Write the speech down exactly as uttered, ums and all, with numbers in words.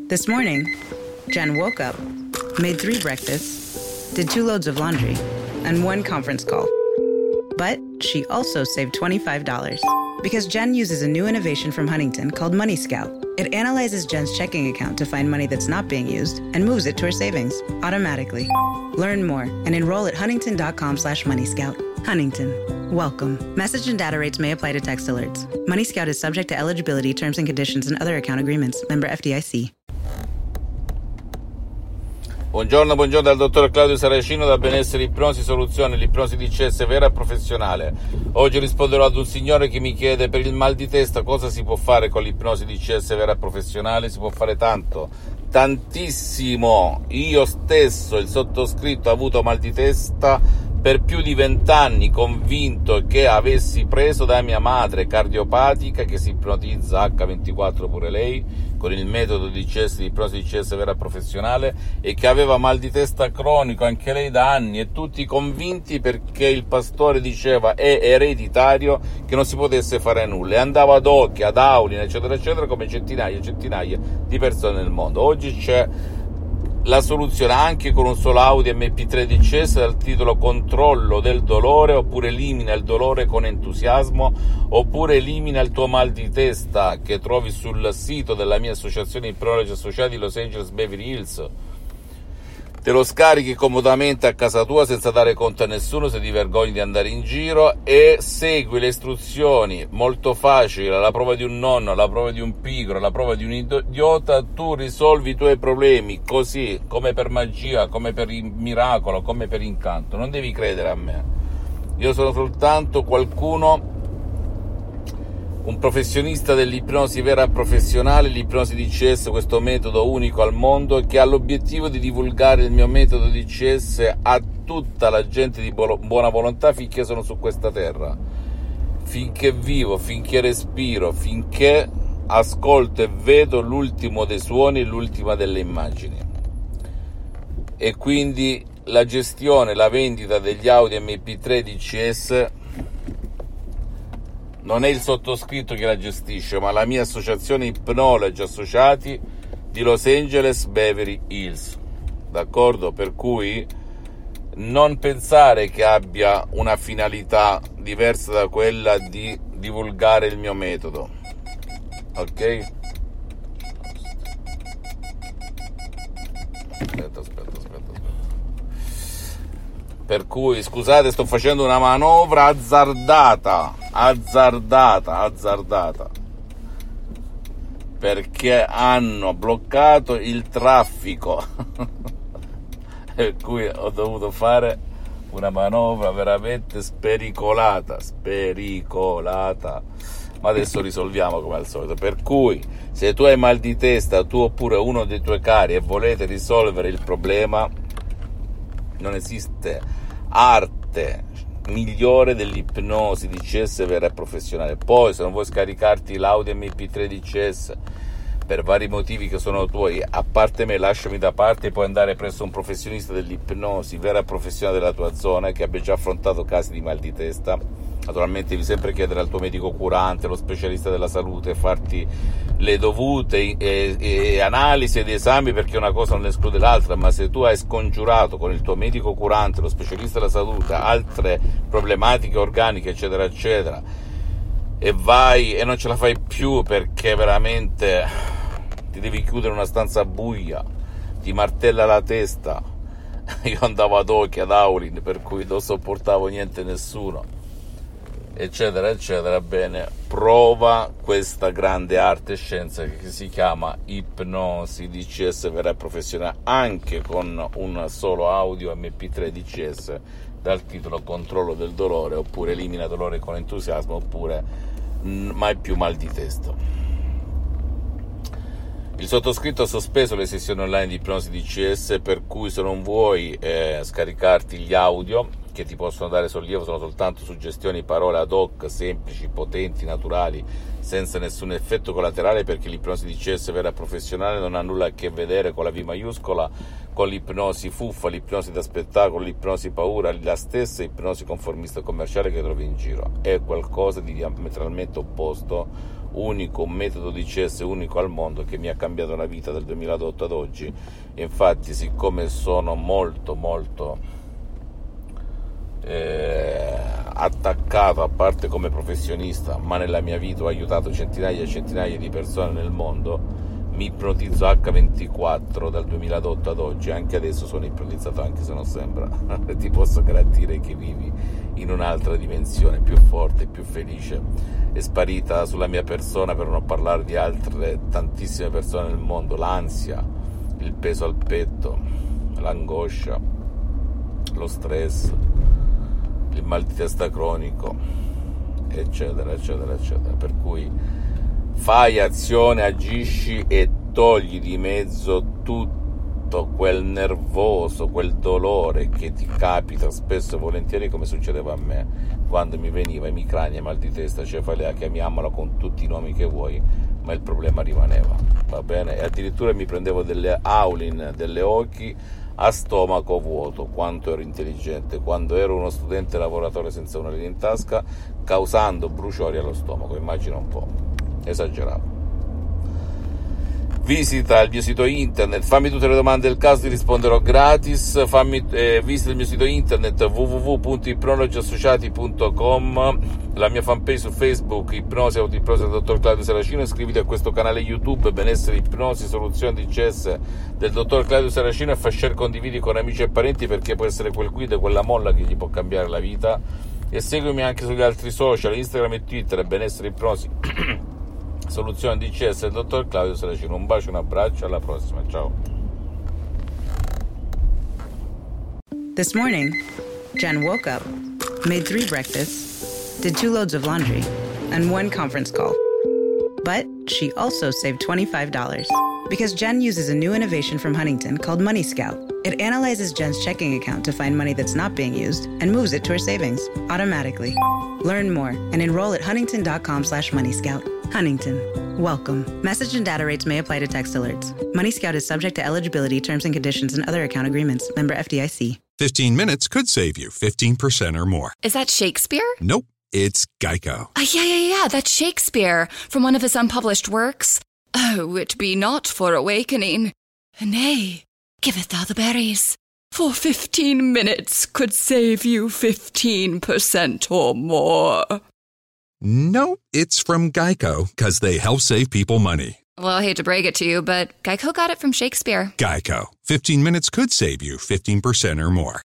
This morning, Jen woke up, made three breakfasts, did two loads of laundry, and one conference call. But she also saved twenty-five dollars because Jen uses a new innovation from Huntington called Money Scout. It analyzes Jen's checking account to find money that's not being used and moves it to her savings automatically. Learn more and enroll at huntington.com slash money scout. Huntington. Welcome. Message and data rates may apply to text alerts. Money Scout is subject to eligibility, terms and conditions, and other account agreements. Member F D I C. Buongiorno, buongiorno dal dottor Claudio Saracino da Benessere Ipnosi Soluzione, l'ipnosi D C S vera e professionale. Oggi risponderò ad un signore che mi chiede per il mal di testa cosa si può fare con l'ipnosi D C S vera e professionale. Si può fare tanto, tantissimo. Io stesso, il sottoscritto, ho avuto mal di testa per più di vent'anni, convinto che avessi preso da mia madre cardiopatica, che si ipnotizza acca ventiquattro pure lei, con il metodo di D C S, di ipnosi D C S vera professionale, e che aveva mal di testa cronico anche lei da anni, e tutti convinti perché il pastore diceva è ereditario, che non si potesse fare nulla, e andava ad occhi, ad Aulin, eccetera eccetera, come centinaia e centinaia di persone nel mondo. Oggi c'è la soluzione anche con un solo audio M P tre D C S dal titolo Controllo del dolore, oppure Elimina il dolore con entusiasmo, oppure Elimina il tuo mal di testa, che trovi sul sito della mia associazione Ipnologi Associati Los Angeles Beverly Hills. Te lo scarichi comodamente a casa tua senza dare conto a nessuno se ti vergogni di andare in giro, e segui le istruzioni molto facili, alla prova di un nonno, alla prova di un pigro, alla prova di un idiota. Tu risolvi i tuoi problemi così, come per magia, come per miracolo, come per incanto. Non devi credere a me, io sono soltanto qualcuno, un professionista dell'ipnosi vera professionale, l'ipnosi D C S, questo metodo unico al mondo, che ha l'obiettivo di divulgare il mio metodo D C S a tutta la gente di buona volontà finché sono su questa terra, finché vivo, finché respiro, finché ascolto e vedo l'ultimo dei suoni e l'ultima delle immagini. E quindi la gestione, la vendita degli audio M P tre D C S non è il sottoscritto che la gestisce, ma la mia associazione Ipnologi Associati di Los Angeles Beverly Hills, d'accordo? Per cui non pensare che abbia una finalità diversa da quella di divulgare il mio metodo, ok? Aspetta, aspetta, aspetta, aspetta. Per cui, scusate, sto facendo una manovra azzardata, azzardata, azzardata, perché hanno bloccato il traffico, per cui ho dovuto fare una manovra veramente spericolata, spericolata, ma adesso risolviamo come al solito. Per cui, se tu hai mal di testa, tu oppure uno dei tuoi cari, e volete risolvere il problema, non esiste arte migliore dell'ipnosi D C S vera e professionale. Poi, se non vuoi scaricarti l'audio M P tre D C S per vari motivi che sono tuoi, a parte me, lasciami da parte, e puoi andare presso un professionista dell'ipnosi vera e professionale della tua zona, che abbia già affrontato casi di mal di testa. Naturalmente devi sempre chiedere al tuo medico curante, lo specialista della salute, farti le dovute e, e analisi ed esami, perché una cosa non esclude l'altra. Ma se tu hai scongiurato con il tuo medico curante, lo specialista della salute, altre problematiche organiche, eccetera eccetera, e vai e non ce la fai più perché veramente ti devi chiudere in una stanza buia, ti martella la testa, io andavo ad occhi, ad Aulin, per cui non sopportavo niente, nessuno, eccetera eccetera, bene, prova questa grande arte e scienza che si chiama ipnosi D C S vera e professionale, anche con un solo audio M P tre D C S dal titolo Controllo del dolore, oppure Elimina dolore con entusiasmo, oppure mai più mal di testa. Il sottoscritto ha sospeso le sessioni online di ipnosi D C S, per cui se non vuoi eh, scaricarti gli audio che ti possono dare sollievo, sono soltanto suggestioni, parole ad hoc, semplici, potenti, naturali, senza nessun effetto collaterale, perché l'ipnosi D C S vera e professionale non ha nulla a che vedere con la V maiuscola, con l'ipnosi fuffa, l'ipnosi da spettacolo, l'ipnosi paura, la stessa ipnosi conformista commerciale che trovi in giro. È qualcosa di diametralmente opposto unico, un metodo D C S unico al mondo che mi ha cambiato la vita dal duemilaotto ad oggi. E infatti, siccome sono molto molto eh, attaccato, a parte come professionista, ma nella mia vita ho aiutato centinaia e centinaia di persone nel mondo, mi ipnotizzo acca ventiquattro dal duemilaotto ad oggi. Anche adesso sono ipnotizzato, anche se non sembra. Ti posso garantire che vivi in un'altra dimensione, più forte, più felice. È sparita sulla mia persona, per non parlare di altre tantissime persone nel mondo, l'ansia, il peso al petto, l'angoscia, lo stress, il mal di testa cronico, eccetera eccetera eccetera. Per cui fai azione, agisci e togli di mezzo tutto quel nervoso, quel dolore che ti capita spesso e volentieri, come succedeva a me quando mi veniva emicrania, mal di testa, cefalea, chiamiamola con tutti i nomi che vuoi, ma il problema rimaneva, va bene? E addirittura mi prendevo delle Aulin, delle occhi a stomaco vuoto. Quanto ero intelligente quando ero uno studente lavoratore senza una linea in tasca, causando bruciori allo stomaco, immagina un po'. Esagerato. Visita il mio sito internet, fammi tutte le domande del caso, ti risponderò gratis. Fammi, eh, visita il mio sito internet w w w punto ipnologi associati punto com, la mia fanpage su Facebook Ipnosi Autoipnosi del dottor Claudio Saracino. Iscriviti a questo canale YouTube Benessere Ipnosi Soluzioni D C S del dottor Claudio Saracino e fa share, condividi con amici e parenti, perché può essere quel guida, quella molla che gli può cambiare la vita. E seguimi anche sugli altri social, Instagram e Twitter, Benessere Ipnosi Soluzione D C S del dottor Claudio Saracino. Un bacio, un abbraccio, alla prossima, ciao. This morning, Jen woke up, made three breakfasts, did two loads of laundry, and one conference call. But she also saved twenty-five dollars because Jen uses a new innovation from Huntington called Money Scout. It analyzes Jen's checking account to find money that's not being used and moves it to her savings automatically. Learn more and enroll at huntington.com slash money scout. Huntington. Welcome. Message and data rates may apply to text alerts. Money Scout is subject to eligibility, terms and conditions, and other account agreements. Member F D I C. fifteen minutes could save you fifteen percent or more. Is that Shakespeare? Nope, it's Geico. Uh, yeah, yeah, yeah, that's Shakespeare from one of his unpublished works. Oh, it be not for awakening. Nay, giveth thou the berries. For fifteen minutes could save you fifteen percent or more. Nope, it's from Geico, because they help save people money. Well, I hate to break it to you, but Geico got it from Shakespeare. Geico. fifteen minutes could save you fifteen percent or more.